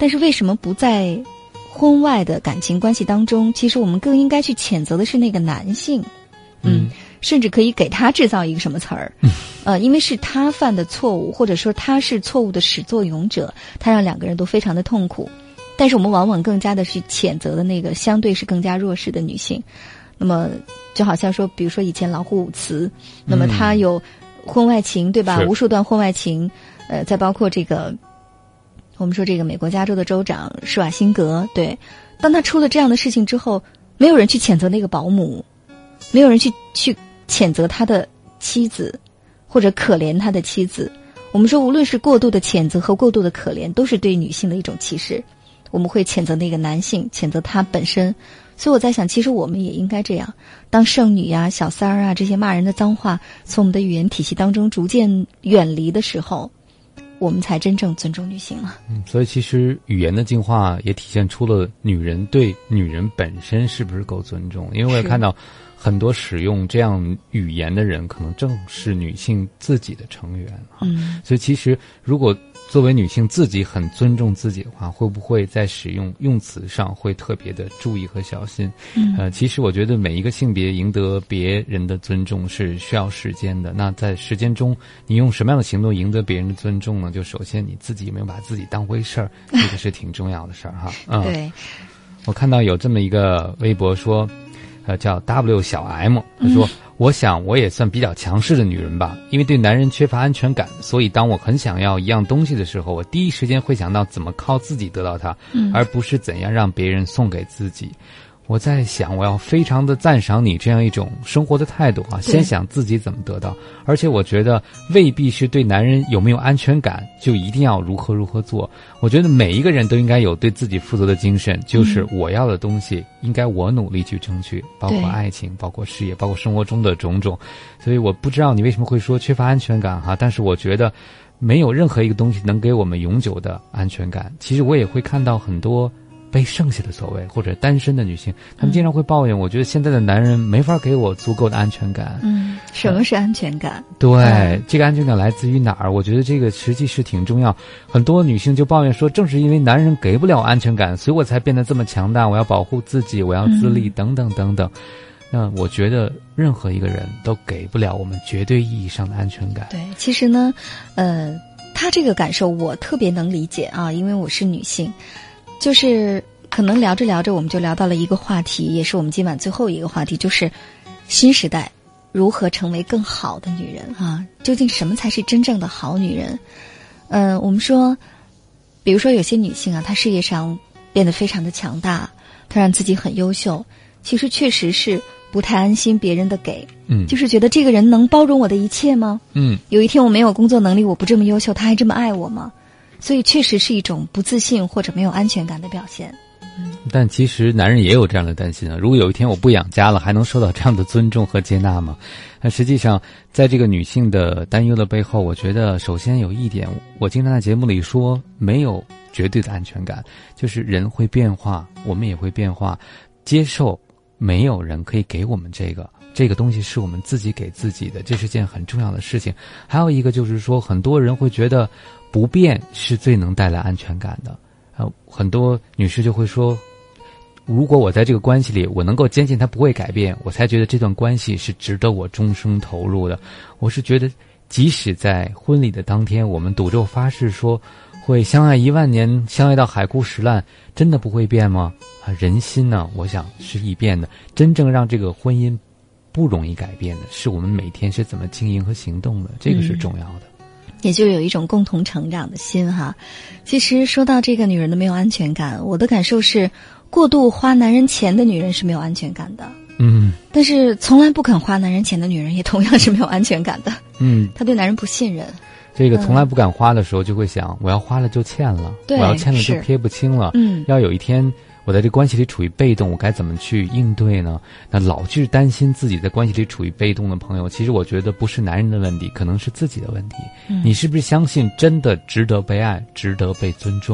但是为什么不在婚外的感情关系当中？其实我们更应该去谴责的是那个男性，甚至可以给他制造一个什么词儿，因为是他犯的错误，或者说他是错误的始作俑者，他让两个人都非常的痛苦。但是我们往往更加的去谴责的那个相对是更加弱势的女性。那么就好像说，比如说以前老虎伍茨，那么他有婚外情，对吧？无数段婚外情，再包括这个，我们说这个美国加州的州长施瓦辛格，对，当他出了这样的事情之后，没有人去谴责那个保姆，没有人去谴责他的妻子，或者可怜他的妻子。我们说，无论是过度的谴责和过度的可怜，都是对女性的一种歧视。我们会谴责那个男性，谴责他本身。所以我在想，其实我们也应该这样，当剩女啊、小三儿啊这些骂人的脏话从我们的语言体系当中逐渐远离的时候，我们才真正尊重女性了。 所以其实语言的进化也体现出了女人对女人本身是不是够尊重。因为我也看到很多使用这样语言的人，可能正是女性自己的成员。所以其实如果作为女性自己很尊重自己的话，会不会在使用用词上会特别的注意和小心？其实我觉得每一个性别赢得别人的尊重是需要时间的。那在时间中，你用什么样的行动赢得别人的尊重呢？就首先你自己有没有把自己当回事儿，这个是挺重要的事儿哈。 对， 我看到有这么一个微博说，叫 W 小 M， 他说，我想我也算比较强势的女人吧，因为对男人缺乏安全感，所以当我很想要一样东西的时候，我第一时间会想到怎么靠自己得到它，而不是怎样让别人送给自己。我在想，我要非常的赞赏你这样一种生活的态度啊，先想自己怎么得到。而且我觉得未必是对男人有没有安全感就一定要如何做。我觉得每一个人都应该有对自己负责的精神，就是我要的东西应该我努力去争取，包括爱情，包括事业，包括生活中的种种。所以我不知道你为什么会说缺乏安全感哈，但是我觉得没有任何一个东西能给我们永久的安全感。其实我也会看到很多被剩下的所谓或者单身的女性，她们经常会抱怨，我觉得现在的男人没法给我足够的安全感。 什么是安全感？ 对，这个安全感来自于哪儿？我觉得这个实际是挺重要。很多女性就抱怨说，正是因为男人给不了安全感，所以我才变得这么强大，我要保护自己，我要自立，等等等等。那我觉得任何一个人都给不了我们绝对意义上的安全感。 对，其实呢，她这个感受我特别能理解啊，因为我是女性。就是可能聊着聊着，我们就聊到了一个话题，也是我们今晚最后一个话题，就是新时代如何成为更好的女人啊？究竟什么才是真正的好女人？我们说，比如说有些女性啊，她事业上变得非常的强大，她让自己很优秀，其实确实是不太安心别人的给，就是觉得这个人能包容我的一切吗？有一天我没有工作能力，我不这么优秀，他还这么爱我吗？所以确实是一种不自信或者没有安全感的表现。 但其实男人也有这样的担心啊，如果有一天我不养家了，还能受到这样的尊重和接纳吗？那实际上在这个女性的担忧的背后，我觉得首先有一点，我经常在节目里说，没有绝对的安全感，就是人会变化，我们也会变化，接受没有人可以给我们这个东西是我们自己给自己的，这是件很重要的事情。还有一个就是说，很多人会觉得不变是最能带来安全感的。很多女士就会说，如果我在这个关系里，我能够坚信它不会改变，我才觉得这段关系是值得我终生投入的。我是觉得，即使在婚礼的当天，我们赌咒发誓说会相爱10000年，相爱到海枯石烂，真的不会变吗？人心呢，我想是易变的。真正让这个婚姻不容易改变的，是我们每天是怎么经营和行动的，这个是重要的。 也就有一种共同成长的心哈。其实说到这个女人的没有安全感，我的感受是，过度花男人钱的女人是没有安全感的。但是从来不肯花男人钱的女人也同样是没有安全感的。她对男人不信任。 这个从来不敢花的时候，就会想，我要花了就欠了，我要欠了就撇不清了。要有一天我在这关系里处于被动，我该怎么去应对呢？那老去担心自己在关系里处于被动的朋友，其实我觉得不是男人的问题，可能是自己的问题。你是不是相信真的值得被爱，值得被尊重？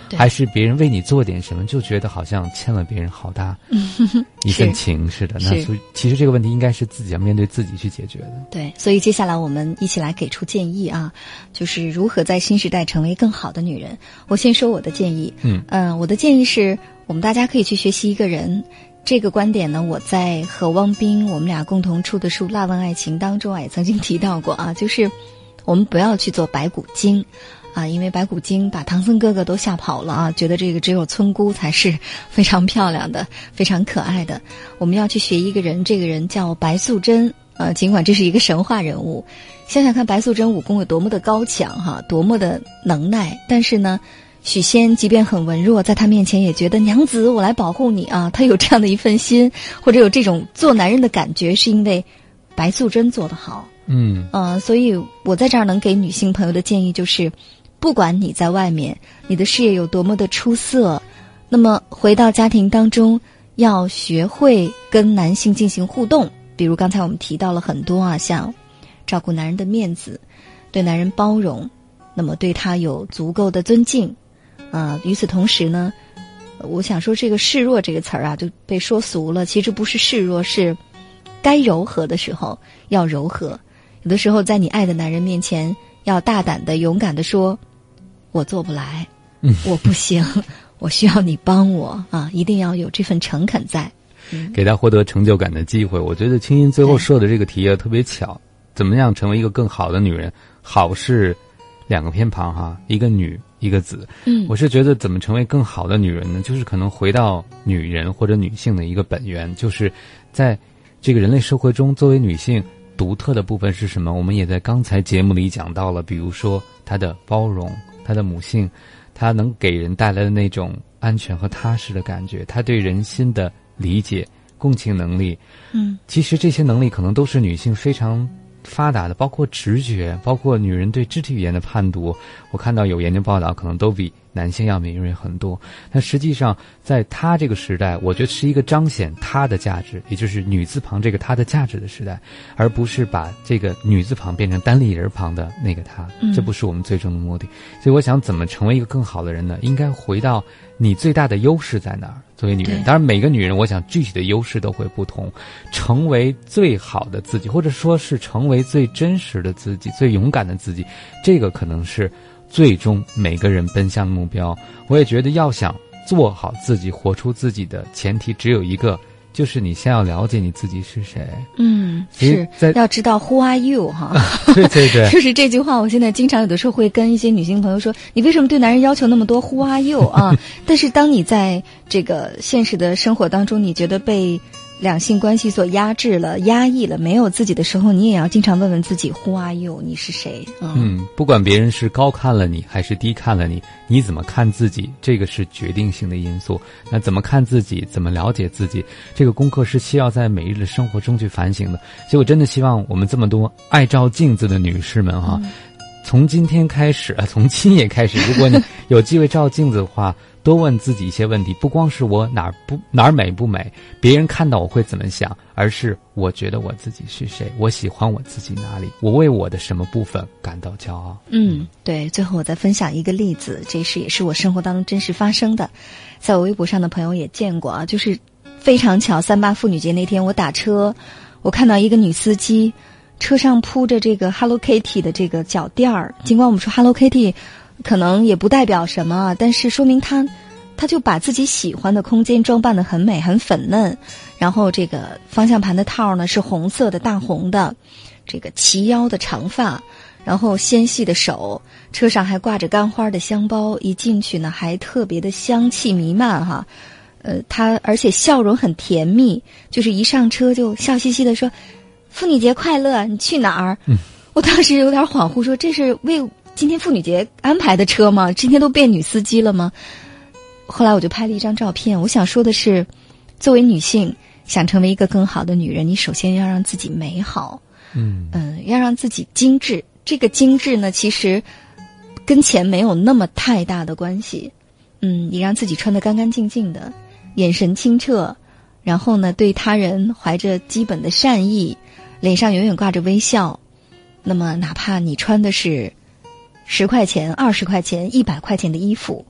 还是别人为你做点什么就觉得好像欠了别人好大一份情似的。那所以其实这个问题应该是自己要面对自己去解决的。 对，所以接下来我们一起来给出建议啊，就是如何在新时代成为更好的女人。我先说我的建议。我的建议是我们大家可以去学习一个人。这个观点呢，我在和汪斌我们俩共同出的书《辣问爱情》当中也曾经提到过啊，就是我们不要去做白骨精啊，因为白骨精把唐僧哥哥都吓跑了啊，觉得这个只有村姑才是非常漂亮的、非常可爱的。我们要去学一个人，这个人叫白素贞尽管这是一个神话人物，想想看白素贞武功有多么的高强哈，多么的能耐，但是呢许仙即便很文弱，在他面前也觉得娘子我来保护你啊，他有这样的一份心，或者有这种做男人的感觉，是因为白素贞做得好。所以我在这儿能给女性朋友的建议就是，不管你在外面你的事业有多么的出色，那么回到家庭当中要学会跟男性进行互动，比如刚才我们提到了很多啊，像照顾男人的面子，对男人包容，那么对他有足够的尊敬与此同时呢，我想说这个示弱这个词儿啊就被说俗了，其实不是示弱，是该柔和的时候要柔和。有的时候在你爱的男人面前要大胆的勇敢的说，我做不来，我不行，我需要你帮我啊，一定要有这份诚恳在。 给他获得成就感的机会。我觉得青音最后说的这个题也特别巧，怎么样成为一个更好的女人，好是两个偏旁哈，一个女一个子。我是觉得怎么成为更好的女人呢，就是可能回到女人或者女性的一个本源，就是在这个人类社会中作为女性独特的部分是什么，我们也在刚才节目里讲到了，比如说她的包容，她的母性，她能给人带来的那种安全和踏实的感觉，她对人心的理解共情能力。其实这些能力可能都是女性非常发达的，包括直觉，包括女人对肢体语言的判读，我看到有研究报道可能都比男性要敏锐很多。但实际上在她这个时代，我觉得是一个彰显她的价值，也就是女字旁这个她的价值的时代，而不是把这个女字旁变成单立人旁的那个她，这不是我们最终的目的。所以我想怎么成为一个更好的人呢，应该回到你最大的优势在哪儿。作为女人，当然每个女人我想具体的优势都会不同，成为最好的自己，或者说是成为最真实的自己，最勇敢的自己，这个可能是最终每个人奔向的目标。我也觉得要想做好自己，活出自己的前提只有一个，就是你先要了解你自己是谁。 是要知道 Who are you 哈。 对对对， 就是这句话我现在经常有的时候会跟一些女性朋友说，你为什么对男人要求那么多 Who are you 啊？但是当你在这个现实的生活当中，你觉得被两性关系所压制了、压抑了，没有自己的时候，你也要经常问问自己 Who are you， 你是谁？ 不管别人是高看了你还是低看了你，你怎么看自己，这个是决定性的因素。那怎么看自己，怎么了解自己，这个功课是需要在每日的生活中去反省的。所以我真的希望我们这么多爱照镜子的女士们哈，从今天开始从今夜开始，如果你有机会照镜子的话，多问自己一些问题，不光是我哪儿美不美，别人看到我会怎么想，而是我觉得我自己是谁，我喜欢我自己哪里，我为我的什么部分感到骄傲。 对，最后我再分享一个例子，这也是我生活当中真实发生的，在我微博上的朋友也见过啊，就是非常巧，38妇女节那天我打车，我看到一个女司机车上铺着这个 Hello Kitty 的这个脚垫儿，尽管我们说 Hello Kitty可能也不代表什么，但是说明他就把自己喜欢的空间装扮得很美很粉嫩，然后这个方向盘的套呢是红色的大红的，这个齐腰的长发，然后纤细的手，车上还挂着干花的香包，一进去呢还特别的香气弥漫哈。他而且笑容很甜蜜，就是一上车就笑嘻嘻的说妇女节快乐，你去哪儿？我当时有点恍惚，说这是为今天妇女节安排的车吗？今天都变女司机了吗？后来我就拍了一张照片，我想说的是，作为女性想成为一个更好的女人，你首先要让自己美好，要让自己精致。这个精致呢，其实跟钱没有那么太大的关系。你让自己穿得干干净净的，眼神清澈，然后呢，对他人怀着基本的善意，脸上永远挂着微笑。那么哪怕你穿的是10块钱、20块钱、100块钱的衣服，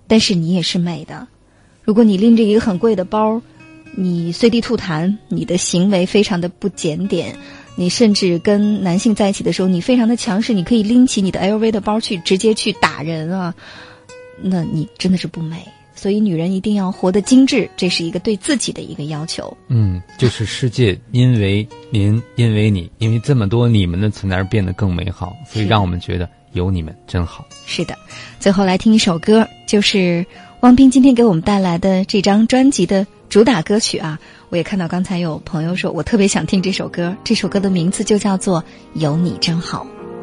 但是你也是美的。如果你拎着一个很贵的包，你随地吐痰，你的行为非常的不检点，你甚至跟男性在一起的时候你非常的强势，你可以拎起你的 LV 的包去直接去打人啊，那你真的是不美。所以女人一定要活得精致，这是一个对自己的一个要求。 就是世界因为您，因为你，因为这么多你们的存在而变得更美好，所以让我们觉得有你们真好。 是的，最后来听一首歌，就是汪斌今天给我们带来的这张专辑的主打歌曲啊。我也看到刚才有朋友说我特别想听这首歌，这首歌的名字就叫做《有你真好》。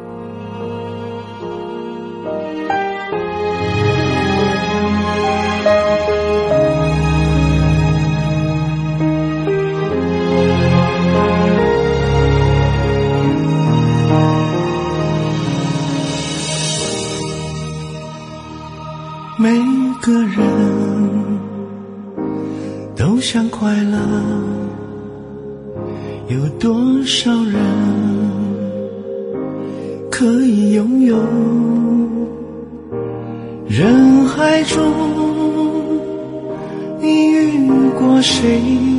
每个人都想快乐，有多少人可以拥有？人海中你遇过谁？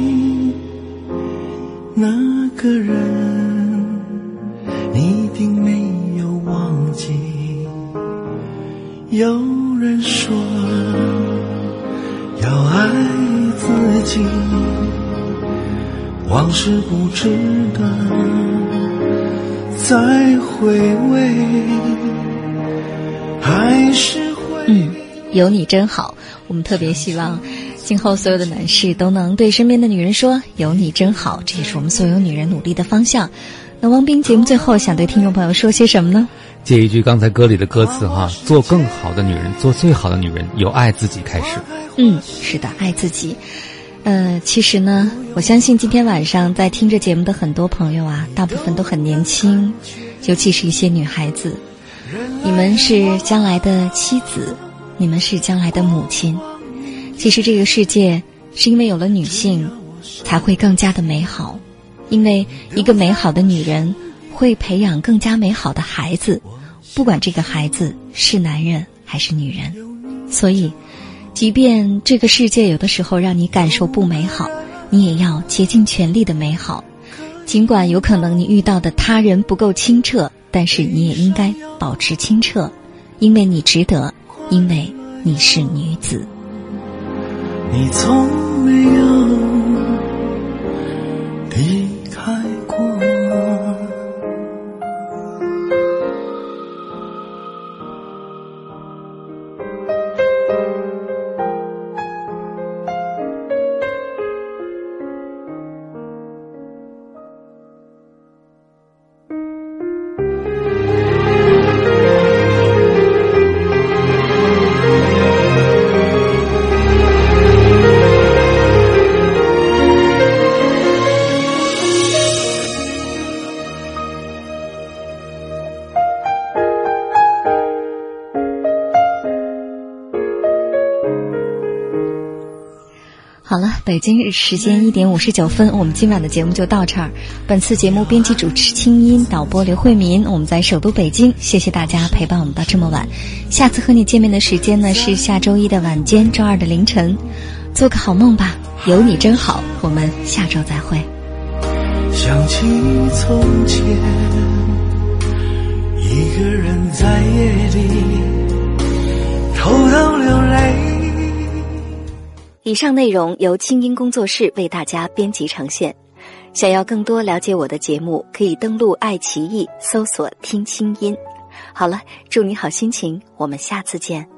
那个人你一定没有忘记。有人说要爱自己，往事不值得再回味，还是会有你真好。我们特别希望今后所有的男士都能对身边的女人说有你真好，这也是我们所有女人努力的方向。那汪斌节目最后想对听众朋友说些什么呢？ 借一句刚才歌里的歌词哈，做更好的女人，做最好的女人，由爱自己开始。 是的，爱自己。其实呢，我相信今天晚上在听着节目的很多朋友啊，大部分都很年轻，尤其是一些女孩子。你们是将来的妻子，你们是将来的母亲。其实这个世界是因为有了女性才会更加的美好，因为一个美好的女人会培养更加美好的孩子，不管这个孩子是男人还是女人。所以即便这个世界有的时候让你感受不美好，你也要竭尽全力的美好。尽管有可能你遇到的他人不够清澈，但是你也应该保持清澈，因为你值得，因为你是女子。 你从没有离开过。 好了，北京日时间1点59分，我们今晚的节目就到这儿。本次节目编辑主持清音，导播刘慧民，我们在首都北京，谢谢大家陪伴我们到这么晚。下次和你见面的时间呢是下周一的晚间，周二的凌晨。做个好梦吧，有你真好，我们下周再会。 想起从前，一个人在夜里偷偷流泪。 以上内容由清音工作室为大家编辑呈现。想要更多了解我的节目，可以登录爱奇艺搜索听清音。好了，祝你好心情，我们下次见。